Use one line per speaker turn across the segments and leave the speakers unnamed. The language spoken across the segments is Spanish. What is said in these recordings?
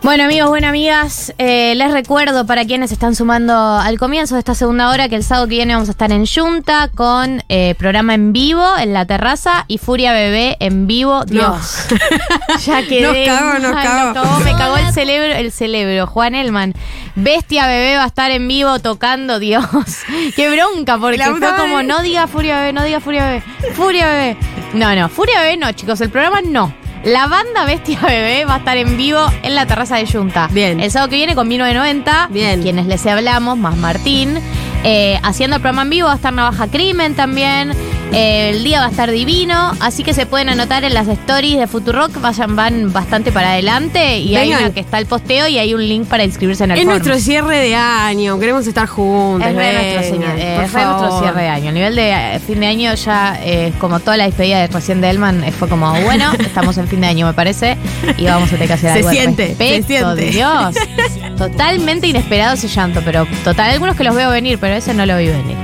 Bueno amigos, bueno amigas, les recuerdo para quienes están sumando al comienzo de esta segunda hora que el sábado que viene vamos a estar en Junta con programa en vivo en la terraza y Furia Bebé en vivo. Dios, no. Ya quedé. Nos cagó. Me cagó el cerebro. Juan Elman. Bestia Bebé va a estar en vivo tocando, Dios. Qué bronca, porque fue como no diga Furia Bebé, no diga Furia Bebé. Furia Bebé. No, Furia Bebé no, chicos, el programa no. La banda Bestia Bebé va a estar en vivo en la terraza de Junta. Bien. El sábado que viene con 1990. Bien. Quienes les hablamos, más Martín. Haciendo el programa en vivo va a estar Navaja Crimen también. El día va a estar divino. Así que se pueden anotar en las stories de Futurock. Van bastante para adelante. Y hay una que está el posteo y hay un link para inscribirse en el forum.
Es nuestro cierre de año. Queremos estar juntos.
Es nuestro cierre de año. A nivel de fin de año ya como toda la despedida de recién de Elman fue como, bueno, estamos en fin de año me parece. Y vamos a tener que hacer algo al respecto. Dios. Totalmente inesperado ese llanto. Pero total, algunos que los veo venir, pero ese no lo vi venir.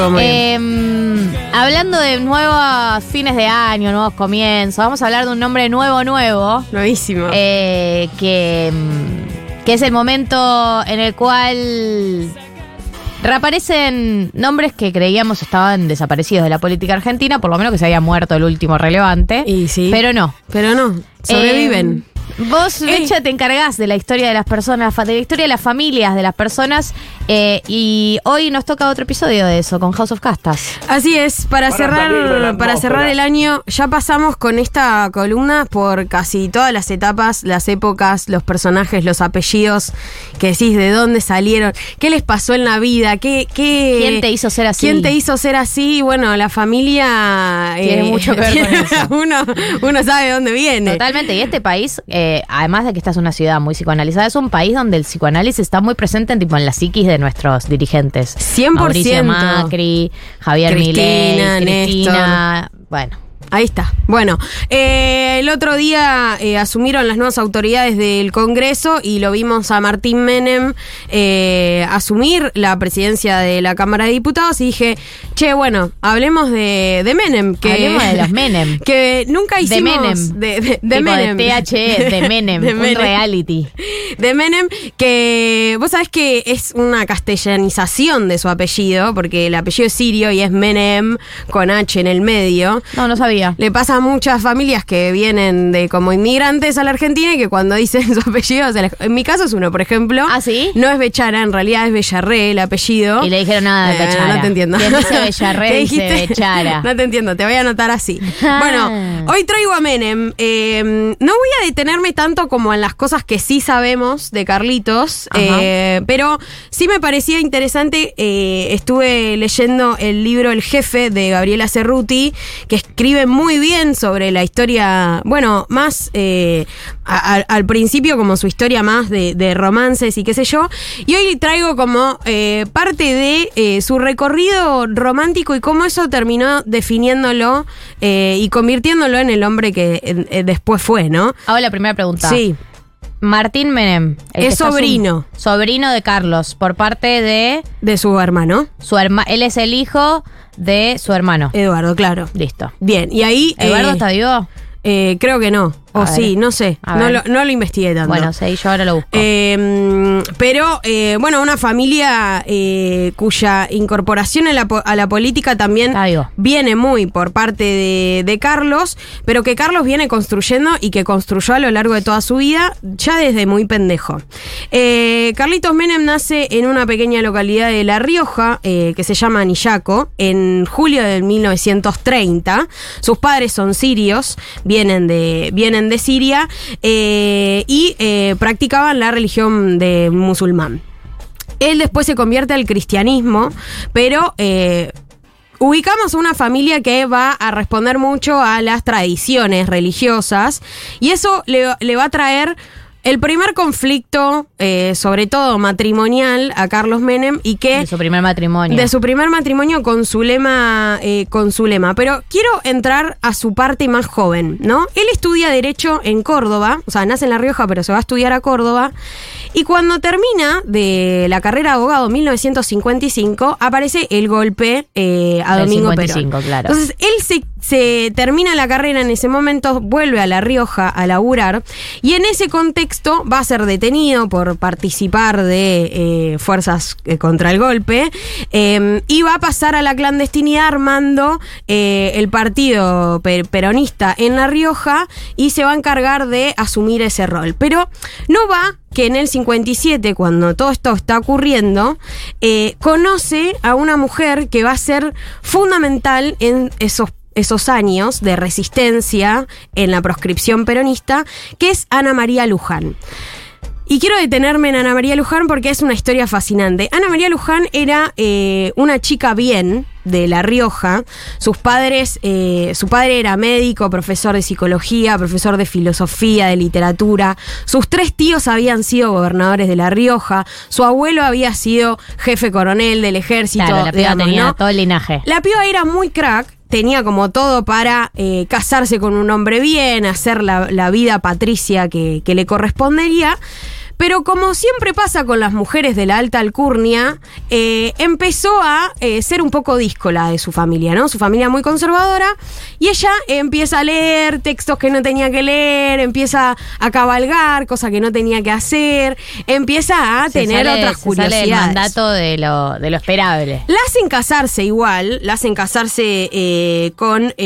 Hablando de nuevos fines de año, nuevos comienzos, vamos a hablar de un nombre nuevo.
Nuevísimo.
Que es el momento en el cual reaparecen nombres que creíamos estaban desaparecidos de la política argentina, por lo menos que se había muerto el último relevante.
Y sí.
Pero no.
Sobreviven.
Vos, Mecha, te encargás de la historia de las personas, de la historia de las familias de las personas, y hoy nos toca otro episodio de eso, con House of Castas.
Así es, para cerrar el año, ya pasamos con esta columna por casi todas las etapas, las épocas, los personajes, los apellidos, que decís de dónde salieron, qué les pasó en la vida,
¿quién te hizo ser así?
¿Quién te hizo ser así? Bueno, la familia
tiene mucho que ver con eso.
Uno sabe de dónde viene.
Totalmente, y este país... además de que esta es una ciudad muy psicoanalizada, es un país donde el psicoanálisis está muy presente en la psiquis de nuestros dirigentes.
100%.
Mauricio Macri, Javier Milei, Cristina, bueno.
Ahí está. Bueno, el otro día asumieron las nuevas autoridades del Congreso y lo vimos a Martín Menem asumir la presidencia de la Cámara de Diputados y dije, bueno, hablemos de Menem.
Hablemos de los Menem.
Que nunca hicimos...
De Menem. De THE, de Menem, un reality.
De Menem, que vos sabés que es una castellanización de su apellido, porque el apellido es sirio y es Menem con H en el medio.
No sabía.
Le pasa a muchas familias que vienen como inmigrantes a la Argentina y que cuando dicen su apellido, en mi caso es uno, por ejemplo.
¿Ah, sí?
No es Bechara, en realidad es Bellarré el apellido.
Y le dijeron nada de Bechara.
No te entiendo.
¿Quién dice Bellarré? Dice Bechara.
No te entiendo, te voy a anotar así. Bueno, hoy traigo a Menem. No voy a detenerme tanto como en las cosas que sí sabemos de Carlitos, pero sí me parecía interesante. Estuve leyendo el libro El Jefe de Gabriela Cerruti, que escribe muy bien sobre la historia, bueno, más al principio como su historia más de romances y qué sé yo, y hoy traigo como parte de su recorrido romántico y cómo eso terminó definiéndolo y convirtiéndolo en el hombre que después fue, ¿no?
Hago la primera pregunta.
Sí.
Martín Menem.
Es sobrino.
Sobrino de Carlos, por parte de...
De su hermano.
Él es el hijo de su hermano.
Eduardo, claro.
Listo.
Bien, y ahí...
¿Eduardo está vivo?
Creo que no. O sí, no sé. No lo investigué tanto.
Bueno, sí, yo ahora lo busco.
Pero, bueno, una familia cuya incorporación a la política también viene muy por parte de Carlos, pero que Carlos viene construyendo y que construyó a lo largo de toda su vida, ya desde muy pendejo. Carlitos Menem nace en una pequeña localidad de La Rioja, que se llama Anillaco, en julio de 1930. Sus padres son sirios, vienen de Siria y practicaban la religión de musulmán. Él después se convierte al cristianismo, pero ubicamos una familia que va a responder mucho a las tradiciones religiosas y eso le va a traer el primer conflicto, sobre todo matrimonial, a Carlos Menem y que...
De su primer matrimonio.
De su primer matrimonio con Zulema. Pero quiero entrar a su parte más joven, ¿no? Él estudia Derecho en Córdoba, o sea, nace en La Rioja, pero se va a estudiar a Córdoba. Y cuando termina de la carrera de abogado en 1955, aparece el golpe a Domingo Perón.
Claro.
Entonces, él se se termina la carrera en ese momento, vuelve a La Rioja a laburar y en ese contexto va a ser detenido por participar de fuerzas contra el golpe y va a pasar a la clandestinidad armando el partido peronista en La Rioja y se va a encargar de asumir ese rol. Pero no va que en el 57, cuando todo esto está ocurriendo, conoce a una mujer que va a ser fundamental en esos años de resistencia en la proscripción peronista, que es Ana María Luján. Y quiero detenerme en Ana María Luján porque es una historia fascinante. Ana María Luján era una chica bien de La Rioja. Su padre era médico, profesor de psicología, profesor de filosofía, de literatura. Sus 3 tíos habían sido gobernadores de La Rioja. Su abuelo había sido jefe coronel del ejército.
Claro, la piba tenía todo el linaje.
La piba era muy crack. Tenía como todo para casarse con un hombre bien, hacer la vida patricia que le correspondería. Pero como siempre pasa con las mujeres de la alta alcurnia, empezó a ser un poco díscola de su familia, ¿no? Su familia muy conservadora, y ella empieza a leer textos que no tenía que leer, empieza a cabalgar, cosa que no tenía que hacer, empieza a tener otras curiosidades.
Sale el mandato de lo esperable.
La hacen casarse igual, con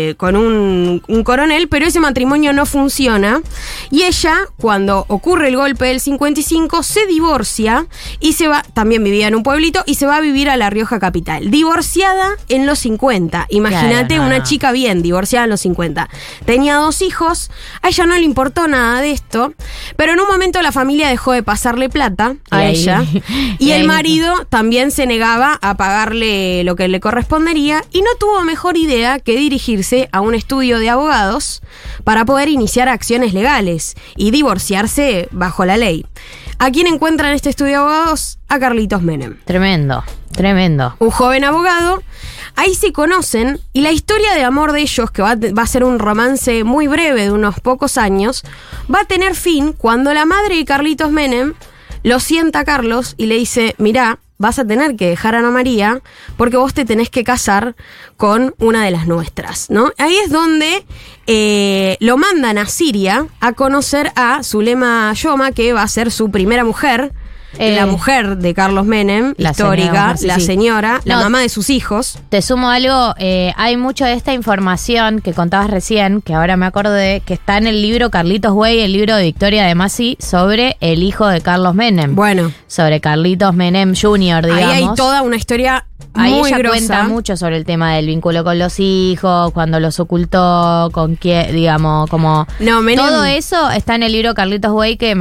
un coronel, pero ese matrimonio no funciona, y ella, cuando ocurre el golpe del 55, se divorcia y se va, también vivía en un pueblito, y se va a vivir a La Rioja capital. Divorciada en los 50. Imagínate, claro, una chica bien, divorciada en los 50. Tenía 2 hijos, a ella no le importó nada de esto, pero en un momento la familia dejó de pasarle plata a ella, y el marido también se negaba a pagarle lo que le correspondería, y no tuvo mejor idea que dirigirse a un estudio de abogados para poder iniciar acciones legales y divorciarse bajo la ley. ¿A quién encuentra en este estudio de abogados? A Carlitos Menem.
Tremendo, tremendo.
Un joven abogado. Ahí se conocen, y la historia de amor de ellos, que va a ser un romance muy breve de unos pocos años, va a tener fin cuando la madre de Carlitos Menem lo sienta a Carlos y le dice: mirá, vas a tener que dejar a Ana María porque vos te tenés que casar con una de las nuestras, ¿no? Ahí es donde lo mandan a Siria a conocer a Zulema Yoma, que va a ser su primera mujer. La mujer de Carlos Menem, la histórica, señora, la mamá de sus hijos.
Te sumo algo, hay mucho de esta información que contabas recién, que ahora me acordé, que está en el libro Carlitos Way, el libro de Victoria de Masi, sobre el hijo de Carlos Menem.
Bueno.
Sobre Carlitos Menem Jr., digamos.
Ahí hay toda una historia
ahí
muy
ella
grosa.
Cuenta mucho sobre el tema del vínculo con los hijos, cuando los ocultó, con quién, digamos, como... No, Menem, todo eso está en el libro Carlitos Way, que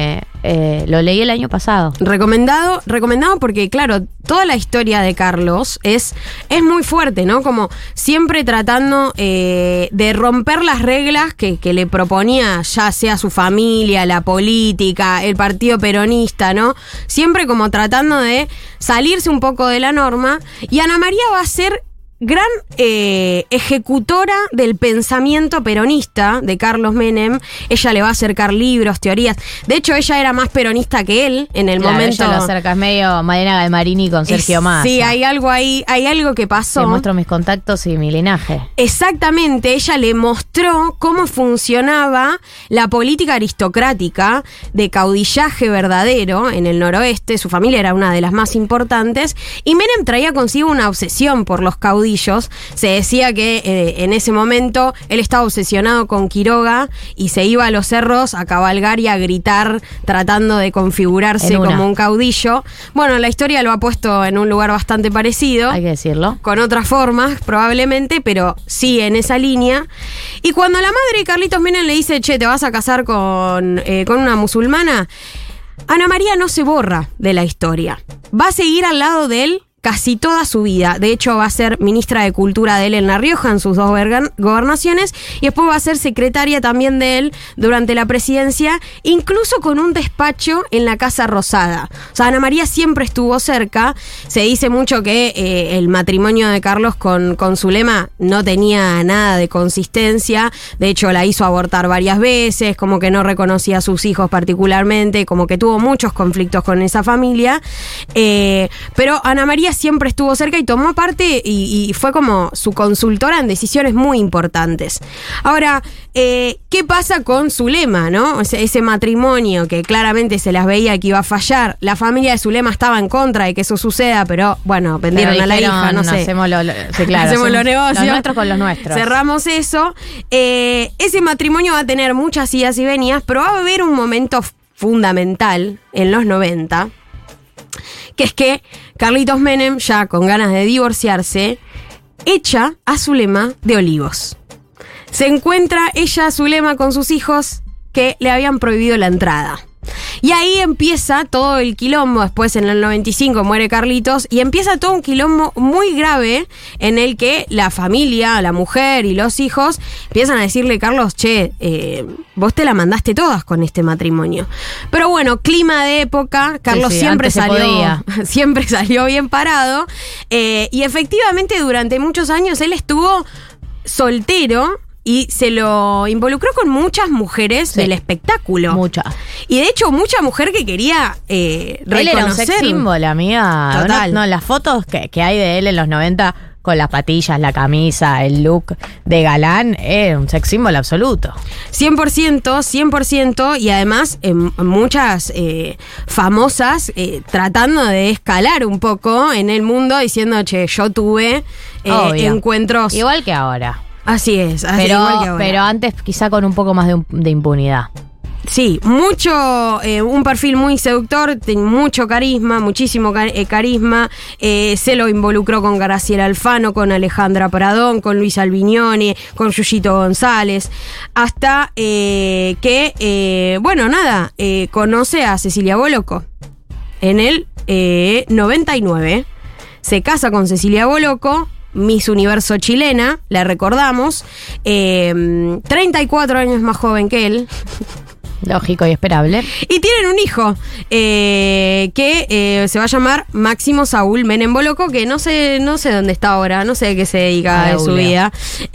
lo leí el año pasado. Recomendado
porque, claro, toda la historia de Carlos es muy fuerte, ¿no? Como siempre tratando de romper las reglas que le proponía, ya sea su familia, la política, el partido peronista, ¿no? Siempre como tratando de salirse un poco de la norma. Y Ana María va a ser gran ejecutora del pensamiento peronista de Carlos Menem. Ella le va a acercar libros, teorías. De hecho, ella era más peronista que él en el momento.
Ella lo acerca, es medio Mariana Galmarini con Sergio Massa.
Sí, hay algo ahí, hay algo que pasó.
Te muestro mis contactos y mi linaje.
Exactamente, ella le mostró cómo funcionaba la política aristocrática de caudillaje verdadero en el noroeste. Su familia era una de las más importantes, y Menem traía consigo una obsesión por los caudillos. Se decía que en ese momento él estaba obsesionado con Quiroga y se iba a los cerros a cabalgar y a gritar tratando de configurarse como un caudillo. Bueno, la historia lo ha puesto en un lugar bastante parecido.
Hay que decirlo.
Con otras formas, probablemente, pero sí en esa línea. Y cuando la madre de Carlitos Menem le dice: che, ¿te vas a casar con una musulmana? Ana María no se borra de la historia. Va a seguir al lado de él casi toda su vida. De hecho, va a ser ministra de Cultura de él en La Rioja en sus 2 gobernaciones, y después va a ser secretaria también de él durante la presidencia, incluso con un despacho en la Casa Rosada. O sea, Ana María siempre estuvo cerca. Se dice mucho que el matrimonio de Carlos con Zulema no tenía nada de consistencia. De hecho, la hizo abortar varias veces, como que no reconocía a sus hijos particularmente, como que tuvo muchos conflictos con esa familia. Pero Ana María familia siempre estuvo cerca y tomó parte y fue como su consultora en decisiones muy importantes. Ahora, ¿qué pasa con Zulema, no? O sea, ese matrimonio que claramente se las veía que iba a fallar. La familia de Zulema estaba en contra de que eso suceda, pero bueno, vendieron a la hija, no sé.
Hacemos los negocios. Los nuestros con los nuestros.
Cerramos eso. Ese matrimonio va a tener muchas idas y venidas, pero va a haber un momento fundamental en los 90, que es que Carlitos Menem, ya con ganas de divorciarse, echa a Zulema de Olivos. Se encuentra ella, Zulema, con sus hijos que le habían prohibido la entrada. Y ahí empieza todo el quilombo. Después, en el 95, muere Carlitos y empieza todo un quilombo muy grave en el que la familia, la mujer y los hijos empiezan a decirle: Carlos, vos te la mandaste todas con este matrimonio. Pero bueno, clima de época, Carlos siempre salió bien parado, y efectivamente durante muchos años él estuvo soltero y se lo involucró con muchas mujeres del espectáculo.
Muchas.
Y de hecho, mucha mujer que quería reconocer.
Él era un sex symbol, amiga.
Total.
No, las fotos que hay de él en los 90 con las patillas, la camisa, el look de galán, era un sex symbol absoluto.
100%, y además muchas famosas tratando de escalar un poco en el mundo, diciendo: che, yo tuve encuentros.
Igual que ahora.
Así es, igual que ahora.
Pero antes quizá con un poco más de impunidad.
Sí, un perfil muy seductor, mucho carisma, muchísimo carisma. Se lo involucró con Graciela Alfano, con Alejandra Pradón, con Luis Albiñone, con Yuyito González, hasta conoce a Cecilia Boloco en el 99. Se casa con Cecilia Boloco, Miss Universo chilena, la recordamos, 34 años más joven que él.
Lógico y esperable.
Y tienen un hijo que se va a llamar Máximo Saúl Menem Boloco, que no sé dónde está ahora, no sé de qué se dedica de su vida.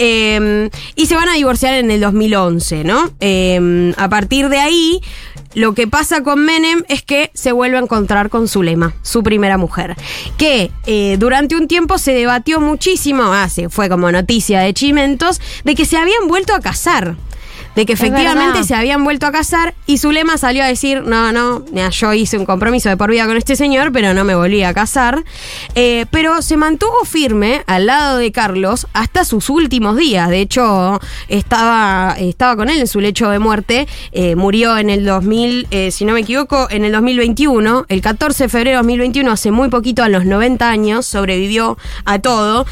Y se van a divorciar en el 2011, ¿no? A partir de ahí, lo que pasa con Menem es que se vuelve a encontrar con Zulema, su primera mujer, que durante un tiempo se debatió muchísimo, fue como noticia de Chimentos, de que se habían vuelto a casar. De que efectivamente se habían vuelto a casar, y Zulema salió a decir: no, yo hice un compromiso de por vida con este señor, pero no me volví a casar. Pero se mantuvo firme al lado de Carlos hasta sus últimos días. De hecho, estaba con él en su lecho de muerte. Murió en el 2000, si no me equivoco, en el 2021, el 14 de febrero de 2021, hace muy poquito, a los 90 años, sobrevivió a todo.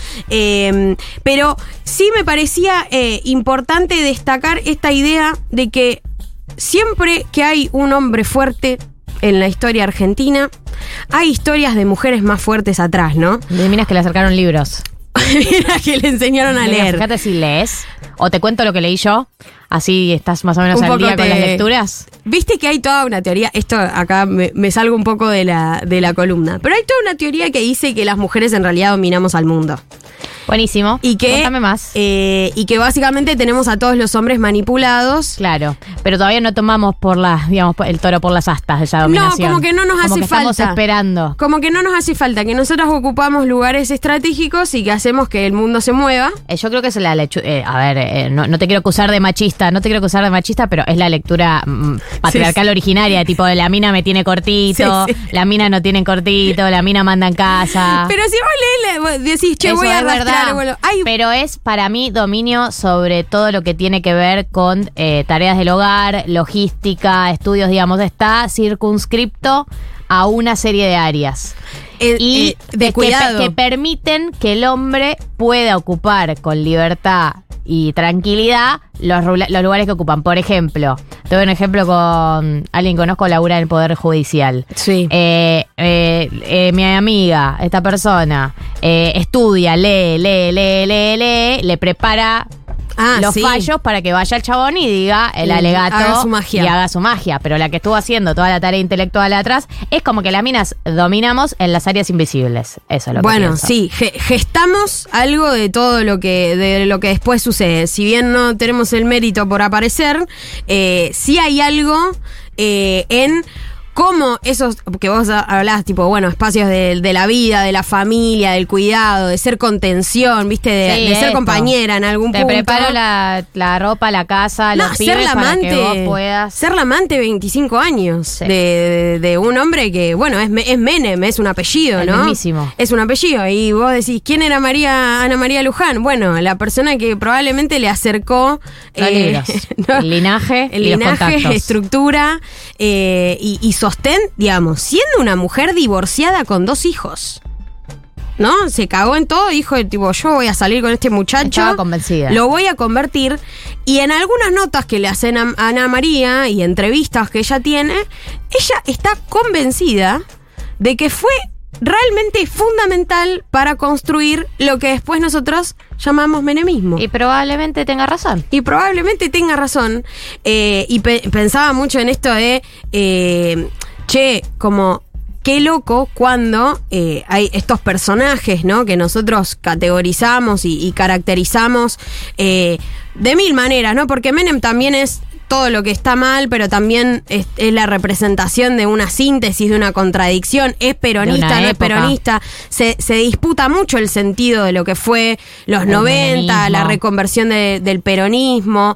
Pero sí me parecía importante destacar esta idea de que siempre que hay un hombre fuerte en la historia argentina, hay historias de mujeres más fuertes atrás, ¿no?
De minas que le acercaron libros.
Mira, que le enseñaron a leer.
Fíjate si lees, o te cuento lo que leí yo, así estás más o menos al día con las lecturas.
Viste que hay toda una teoría, esto acá me salgo un poco de la columna, pero hay toda una teoría que dice que las mujeres en realidad dominamos al mundo.
Buenísimo. Cuéntame más.
Y que básicamente tenemos a todos los hombres manipulados.
Claro, pero todavía no tomamos el toro por las astas de esa dominación.
No, como que no nos hace falta.
Estamos esperando.
Como que no nos hace falta, que nosotros ocupamos lugares estratégicos y que hacemos que el mundo se mueva.
Yo creo que es la lectura. No te quiero acusar de machista, pero es la lectura patriarcal originaria, tipo de la mina me tiene cortito, la mina no tiene cortito, la mina manda en casa.
Pero si vos decís, che, voy a arrastrar. Bueno,
pero es para mí dominio sobre todo lo que tiene que ver con tareas del hogar, logística, estudios, digamos, está circunscripto a una serie de áreas. Y cuidado. Que permiten que el hombre pueda ocupar con libertad y tranquilidad los lugares que ocupan. Por ejemplo, te doy un ejemplo con alguien que conozco, labura en el Poder Judicial.
Sí.
Mi amiga, esta persona, estudia, lee, le prepara los fallos para que vaya el chabón y diga el alegato
haga su magia.
Y haga su magia. Pero la que estuvo haciendo toda la tarea intelectual atrás es como que las minas dominamos en las áreas invisibles. Eso es lo que pienso.
Sí, gestamos algo de todo lo que después sucede. Si bien no tenemos el mérito por aparecer, sí hay algo en cómo esos que vos hablás, tipo, bueno, espacios de la vida, de la familia, del cuidado, de ser contención, ¿viste? De ser compañera en algún punto.
Te preparo la ropa, la casa, los pibes para que vos puedas.
Ser la amante 25 años de un hombre que, bueno, es Menem, es un apellido, ¿no?
Mismísimo.
Es un apellido. Y vos decís, ¿quién era Ana María Luján? Bueno, la persona que probablemente le acercó
¿no? el linaje, los contactos.
Estructura y sostén, digamos, siendo una mujer divorciada con 2 hijos. ¿No? Se cagó en todo, dijo, tipo, yo voy a salir con este muchacho.
Estaba convencida.
Lo voy a convertir. Y en algunas notas que le hacen a Ana María y entrevistas que ella tiene, ella está convencida de que fue realmente fundamental para construir lo que después nosotros llamamos menemismo.
Y probablemente tenga razón.
Y pensaba mucho en esto de, como... Qué loco cuando hay estos personajes, ¿no? Que nosotros categorizamos y caracterizamos de mil maneras, ¿no? Porque Menem también es todo lo que está mal, pero también es la representación de una síntesis, de una contradicción. Es peronista, no es peronista. Se disputa mucho el sentido de lo que fue los 90, la reconversión del peronismo,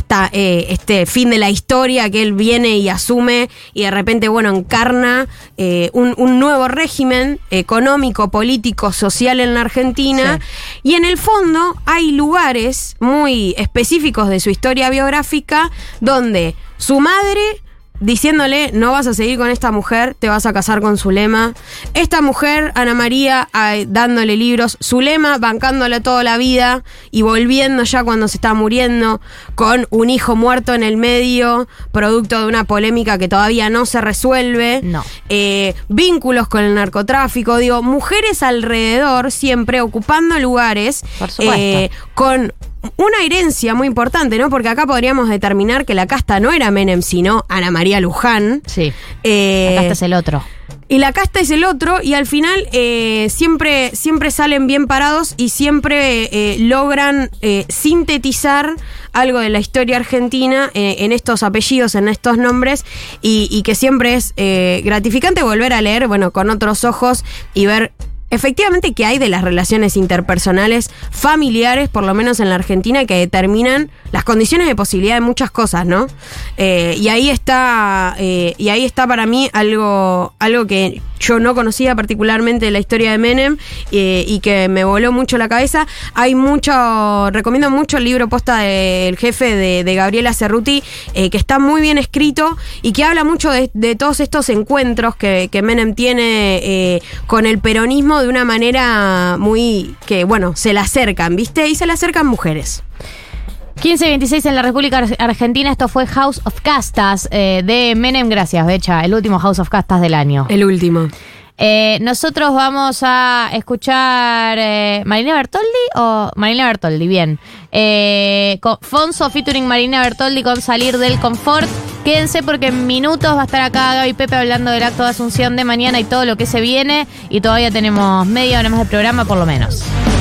este fin de la historia que él viene y asume y de repente, bueno, encarna un nuevo régimen económico, político, social en la Argentina. Sí. Y en el fondo hay lugares muy específicos de su historia biográfica donde su madre diciéndole, no vas a seguir con esta mujer, te vas a casar con Zulema. Esta mujer, Ana María, dándole libros. Zulema, bancándole toda la vida y volviendo ya cuando se está muriendo, con un hijo muerto en el medio, producto de una polémica que todavía no se resuelve.
No.
Vínculos con el narcotráfico. Digo, mujeres alrededor, siempre ocupando lugares.
Por supuesto.
Con una herencia muy importante, ¿no? Porque acá podríamos determinar que la casta no era Menem, sino Ana María Luján.
Sí. La casta es el otro.
Y la casta es el otro, y al final siempre salen bien parados y siempre logran sintetizar algo de la historia argentina en estos apellidos, en estos nombres, y que siempre es gratificante volver a leer, bueno, con otros ojos y ver efectivamente que hay de las relaciones interpersonales familiares, por lo menos en la Argentina, que determinan las condiciones de posibilidad de muchas cosas, ¿no? Y ahí está para mí algo que yo no conocía particularmente de la historia de Menem y que me voló mucho la cabeza. Recomiendo mucho el libro posta del jefe de Gabriela Cerruti, que está muy bien escrito y que habla mucho de todos estos encuentros que Menem tiene con el peronismo de una manera muy que, bueno, se le acercan, ¿viste? Y se le acercan mujeres.
15:26 en la República Argentina. Esto fue House of Castas de Menem. Gracias, Becha. El último House of Castas del año.
El último.
Nosotros vamos a escuchar Marina Bertoldi, bien. Con Fonso featuring Marina Bertoldi con Salir del Confort. Quédense porque en minutos va a estar acá Gaby Pepe hablando del acto de Asunción de mañana y todo lo que se viene. Y todavía tenemos media hora más de programa por lo menos.